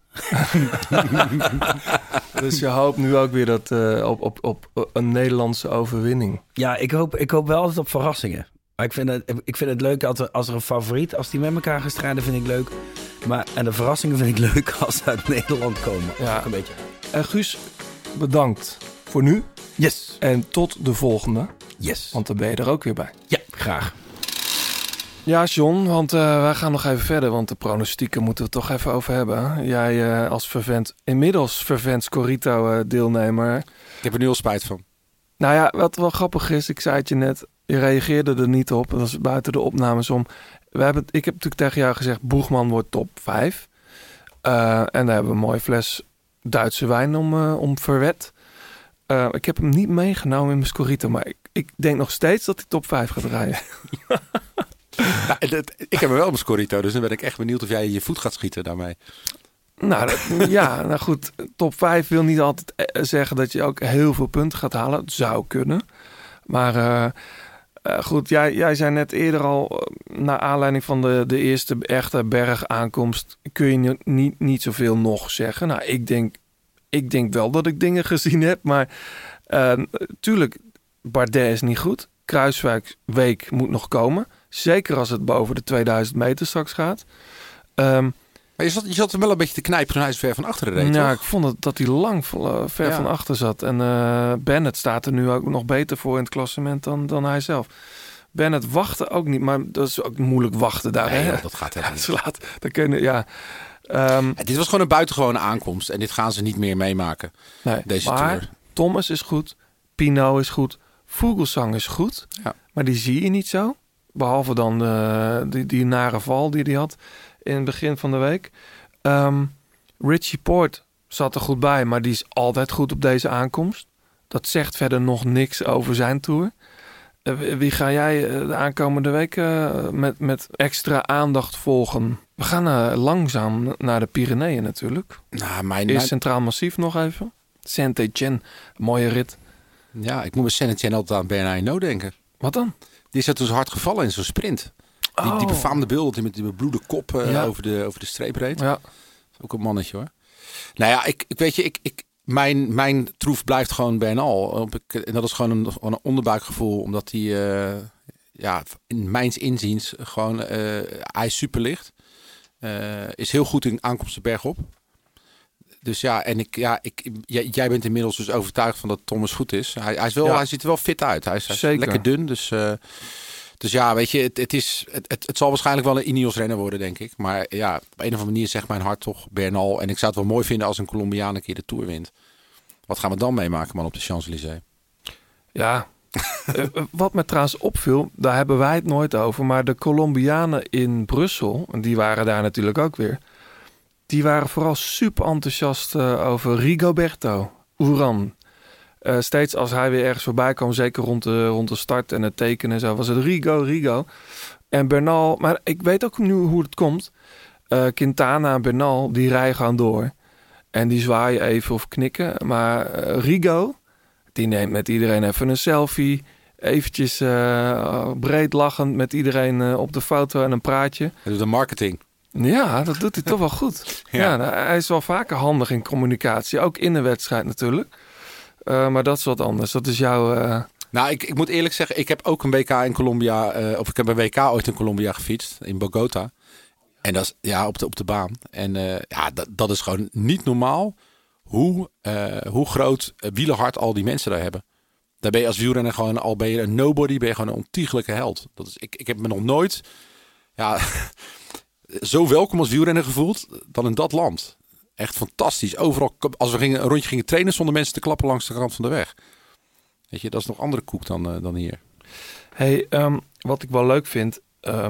Dus je hoopt nu ook weer dat op een Nederlandse overwinning. Ja, ik hoop wel altijd op verrassingen. Maar ik vind het leuk als er een favoriet, als die met elkaar gaan strijden, vind ik leuk. En de verrassingen vind ik leuk als ze uit Nederland komen. Ja. Ook een beetje. Guus, bedankt voor nu. Yes. En tot de volgende. Yes. Want dan ben je er ook weer bij. Ja, graag. Ja, John, want wij gaan nog even verder, want de pronostieken moeten we het toch even over hebben. Jij als inmiddels vervent Scorito-deelnemer. Ik heb er nu al spijt van. Nou ja, wat wel grappig is, ik zei het je net, je reageerde er niet op. Dat was buiten de opnames om. Ik heb natuurlijk tegen jou gezegd, Boegman wordt top 5. En daar hebben we een mooie fles Duitse wijn om verwet. Ik heb hem niet meegenomen in mijn Scorito, maar ik denk nog steeds dat hij top 5 gaat rijden. Nou, ik heb er wel mijn Scorito, dus dan ben ik echt benieuwd of jij je voet gaat schieten daarmee. Nou, nou goed, top 5 wil niet altijd zeggen dat je ook heel veel punten gaat halen. Het zou kunnen. Maar goed, jij zei net eerder al, naar aanleiding van de eerste echte bergaankomst, kun je niet zoveel nog zeggen. Nou, ik denk wel dat ik dingen gezien heb, maar tuurlijk, Bardet is niet goed. Kruiswijk week moet nog komen. Zeker als het boven de 2000 meter straks gaat. Maar je zat hem wel een beetje te knijpen toen hij zo ver van achteren reed, ja, toch? ik vond dat hij lang ver van achter zat. En Bennett staat er nu ook nog beter voor in het klassement dan hij zelf. Bennett wachtte ook niet, maar dat is ook moeilijk wachten daar. Nee, hè? dat gaat helemaal niet. Dit was gewoon een buitengewone aankomst. En dit gaan ze niet meer meemaken. Nee, deze maar Tour. Thomas is goed. Pinot is goed. Vogelsang is goed. Ja. Maar die zie je niet zo. Behalve dan die nare val die hij had in het begin van de week. Richie Porte zat er goed bij, maar die is altijd goed op deze aankomst. Dat zegt verder nog niks over zijn Tour. Wie ga jij de aankomende week met extra aandacht volgen? We gaan langzaam naar de Pyreneeën natuurlijk. Eerst Centraal Massief nog even. Saint-Étienne, mooie rit. Ja, ik moet met Saint-Étienne altijd aan Bernard Hinault denken. Wat dan? Die is er toen zo hard gevallen in zo'n sprint. Die befaamde beeld die met die bebloede kop over de streep reed. Ja. Ook een mannetje hoor. Nou ja, mijn troef blijft gewoon Bernal. En dat is gewoon een onderbuikgevoel. Omdat hij, in mijns inziens, gewoon... hij is superlicht. Is heel goed in aankomsten bergop. Dus ja, en jij bent inmiddels dus overtuigd van dat Thomas goed is. Hij ziet er wel fit uit. Hij is lekker dun. Dus ja, weet je, het zal waarschijnlijk wel een Ineos-renner worden, denk ik. Maar ja, op een of andere manier zegt mijn hart toch Bernal. En ik zou het wel mooi vinden als een Colombiaan een keer de Tour wint. Wat gaan we dan meemaken, man, op de Champs-Élysées? Ja, wat me trouwens opviel, daar hebben wij het nooit over. Maar de Colombianen in Brussel, en die waren daar natuurlijk ook weer. Die waren vooral super enthousiast over Rigoberto Urán. Steeds als hij weer ergens voorbij kwam, zeker rond de start en het tekenen en zo, was het Rigo. En Bernal, maar ik weet ook nu hoe het komt. Quintana en Bernal, die rijden gewoon door. En die zwaaien even of knikken. Maar Rigo, die neemt met iedereen even een selfie. Eventjes breed lachend met iedereen op de foto en een praatje. Hij doet de marketing. Ja, dat doet hij toch wel goed. Ja, hij is wel vaker handig in communicatie. Ook in de wedstrijd natuurlijk. Maar dat is wat anders. Dat is jouw... Nou, ik moet eerlijk zeggen, ik heb ook een WK in Colombia... of ik heb een WK ooit in Colombia gefietst. In Bogota. En dat is op de baan. En dat is gewoon niet normaal hoe groot wielerhard al die mensen daar hebben. Daar ben je als wielrenner gewoon al ben je een nobody, ben je gewoon een ontiegelijke held. Dat is, ik heb me nog nooit zo welkom als wielrenner gevoeld dan in dat land. Echt fantastisch. Overal, als we een rondje gingen trainen, stonden mensen te klappen langs de kant van de weg. Weet je, dat is nog andere koek dan hier. Hey, wat ik wel leuk vind...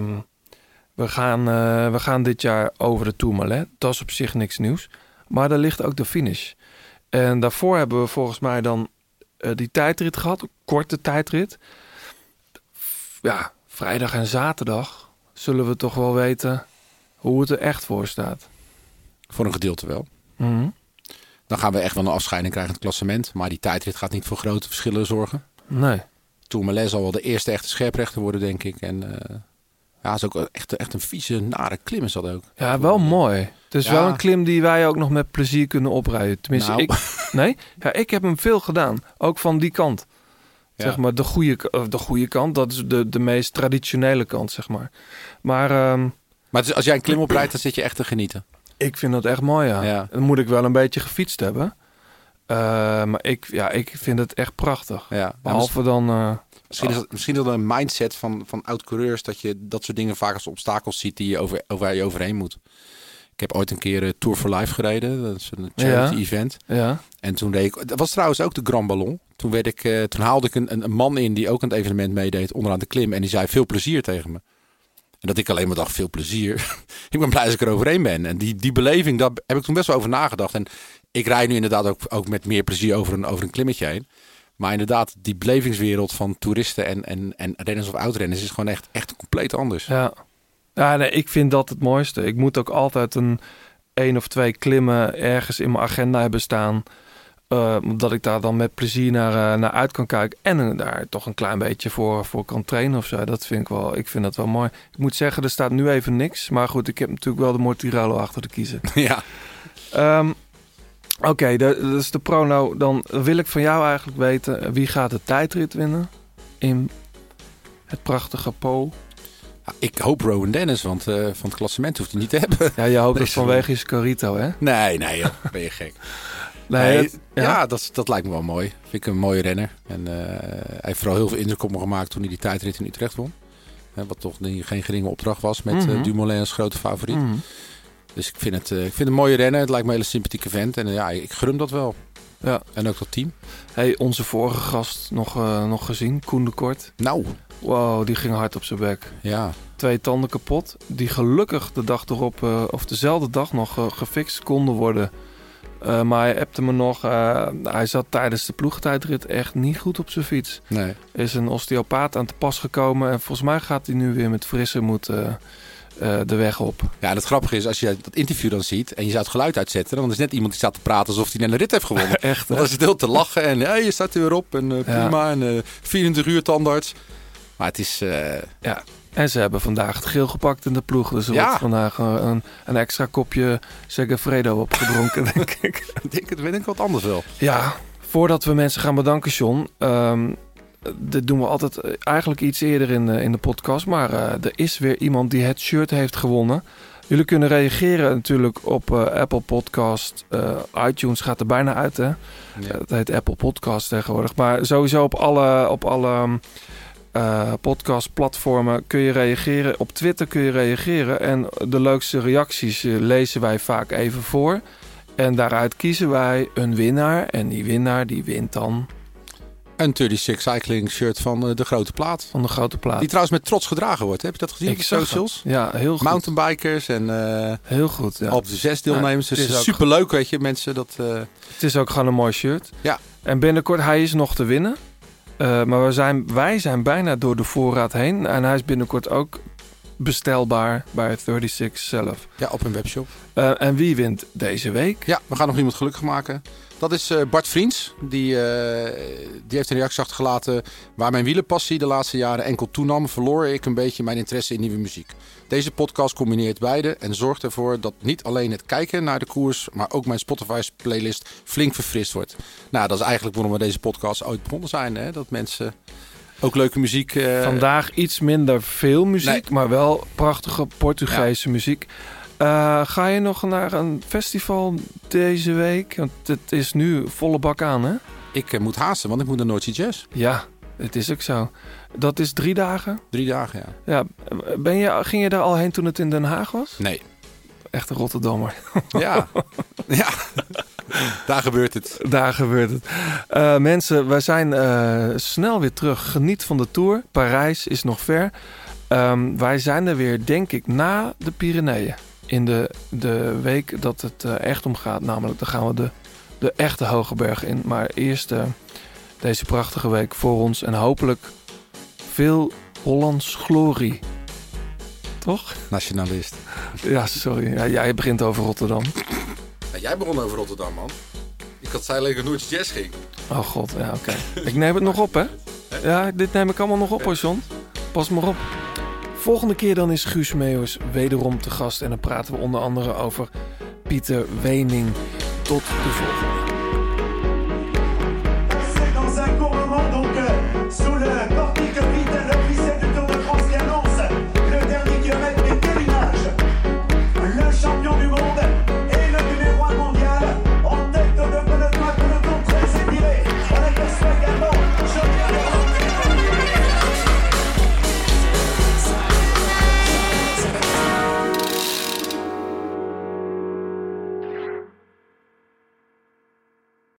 We gaan dit jaar over de Tourmalet. Dat is op zich niks nieuws. Maar daar ligt ook de finish. En daarvoor hebben we volgens mij dan die tijdrit gehad. Een korte tijdrit. Ja, vrijdag en zaterdag zullen we toch wel weten hoe het er echt voor staat. Voor een gedeelte wel. Mm-hmm. Dan gaan we echt wel een afscheiding krijgen in het klassement. Maar die tijdrit gaat niet voor grote verschillen zorgen. Nee. Tourmalet zal wel de eerste echte scherprechter worden, denk ik. En... Ja, is ook echt een vieze, nare klim is dat ook. Ja, wel mooi. Het is wel een klim die wij ook nog met plezier kunnen oprijden. Tenminste, ik heb hem veel gedaan. Ook van die kant. Ja. Zeg maar, de goede kant. Dat is de meest traditionele kant, zeg maar. Maar als jij een klim oprijdt, dan zit je echt te genieten. Ik vind dat echt mooi, ja. Dan moet ik wel een beetje gefietst hebben. Maar ik vind het echt prachtig. Ja. Behalve dan... Misschien is dat een mindset van oud-coureurs dat je dat soort dingen vaak als obstakels ziet die je waar je overheen moet. Ik heb ooit een keer Tour for Life gereden. Dat is een charity event. Ja. En toen deed ik... Dat was trouwens ook de Grand Ballon. Toen haalde ik een man in die ook aan het evenement meedeed onderaan de klim. En die zei veel plezier tegen me. En dat ik alleen maar dacht, veel plezier. Ik ben blij dat ik er overheen ben. En die beleving, daar heb ik toen best wel over nagedacht. En ik rijd nu inderdaad ook met meer plezier over een klimmetje heen. Maar inderdaad, die belevingswereld van toeristen en renners of oudrenners is gewoon echt compleet anders. Ja, nee, ik vind dat het mooiste. Ik moet ook altijd een of twee klimmen ergens in mijn agenda hebben staan. Dat ik daar dan met plezier naar uit kan kijken. En daar toch een klein beetje voor kan trainen of zo. Ik vind dat wel mooi. Ik moet zeggen, er staat nu even niks. Maar goed, ik heb natuurlijk wel de Mortirolo achter de kiezen. Ja. Oké, dat is de prono. Dan wil ik van jou eigenlijk weten... wie gaat de tijdrit winnen in het prachtige Po? Ik hoop Rowan Dennis, want van het klassement hoeft hij niet te hebben. Ja, je hoopt dat vanwege Scarito, hè? Nee, joh, ben je gek. Dat lijkt me wel mooi. Vind ik een mooie renner. En hij heeft vooral heel veel indruk op me gemaakt toen hij die tijdrit in Utrecht won. Wat toch geen geringe opdracht was met Dumoulin als grote favoriet. Mm-hmm. Dus ik vind het een mooie renner. Het lijkt me een hele sympathieke vent. En ik gun hem dat wel. Ja. En ook dat team. Hey, onze vorige gast nog gezien. Koen de Kort. Nou. Wow, die ging hard op zijn bek. Ja. 2 tanden kapot. Die gelukkig de dag erop, of dezelfde dag nog gefixt konden worden Maar hij appte me nog. Hij zat tijdens de ploegentijdrit echt niet goed op zijn fiets. Nee. Er is een osteopaat aan te pas gekomen. En volgens mij gaat hij nu weer met frisse moed de weg op. Ja, en het grappige is, als je dat interview dan ziet en je zou het geluid uitzetten, dan is net iemand die staat te praten alsof hij net een rit heeft gewonnen. Echt, dan is het heel te lachen en je staat er weer op en prima. En 24 uur tandarts. Maar het is... Ja. En ze hebben vandaag het geel gepakt in de ploeg. Dus er wordt vandaag een extra kopje Segafredo opgedronken, denk ik. Ik denk wat anders wel. Ja, voordat we mensen gaan bedanken, John. Dit doen we altijd eigenlijk iets eerder in de podcast. Maar er is weer iemand die het shirt heeft gewonnen. Jullie kunnen reageren natuurlijk op Apple Podcast. iTunes gaat er bijna uit, hè? Ja. Het heet Apple Podcast tegenwoordig. Maar sowieso op alle podcastplatformen kun je reageren. Op Twitter kun je reageren. En de leukste reacties lezen wij vaak even voor. En daaruit kiezen wij een winnaar. En die winnaar die wint dan... Een 36 Cycling shirt van de Grote Plaat. Van de Grote Plaat. Die trouwens met trots gedragen wordt. Heb je dat gezien op de socials? Ja, heel goed. Mountainbikers en heel goed, ja. Op de 6 deelnemers. Dus het is superleuk, weet je. Mensen dat... Het is ook gewoon een mooi shirt. Ja. En binnenkort, hij is nog te winnen. Maar wij zijn bijna door de voorraad heen. En hij is binnenkort ook bestelbaar bij 36 zelf. Ja, op een webshop. En wie wint deze week? Ja, we gaan nog iemand gelukkig maken. Dat is Bart Vriends. Die heeft een reactie achtergelaten. Waar mijn wielerpassie de laatste jaren enkel toenam, verloor ik een beetje mijn interesse in nieuwe muziek. Deze podcast combineert beide en zorgt ervoor dat niet alleen het kijken naar de koers, maar ook mijn Spotify's playlist flink verfrist wordt. Nou, dat is eigenlijk waarom we deze podcast ooit begonnen zijn. Hè? Dat mensen ook leuke muziek... Vandaag iets minder veel muziek, maar wel prachtige Portugese muziek. Ga je nog naar een festival deze week? Want het is nu volle bak aan, hè? Ik moet haasten, want ik moet naar Noordse Jazz. Ja, het is ook zo. Dat is 3 dagen? 3 dagen, ja. Ging je daar al heen toen het in Den Haag was? Nee. Echt een Rotterdammer. Ja. Ja. Daar gebeurt het. Daar gebeurt het. Mensen, wij zijn snel weer terug. Geniet van de Tour. Parijs is nog ver. Wij zijn er weer, denk ik, na de Pyreneeën. In de week dat het echt om gaat. Namelijk, dan gaan we de echte hoge berg in. Maar eerst deze prachtige week voor ons. En hopelijk veel Hollands glorie. Toch? Nationalist. Ja, sorry. Ja, jij begint over Rotterdam. Ja, jij begon over Rotterdam, man. Ik had zei lekker Noordse Jazz ging. Oh god, ja, oké. Ik neem het nog op, hè? Ja, dit neem ik allemaal nog op, hoor, John. Pas maar op. Volgende keer dan is Guus Meeuwis wederom te gast. En dan praten we onder andere over Pieter Weening. Tot de volgende.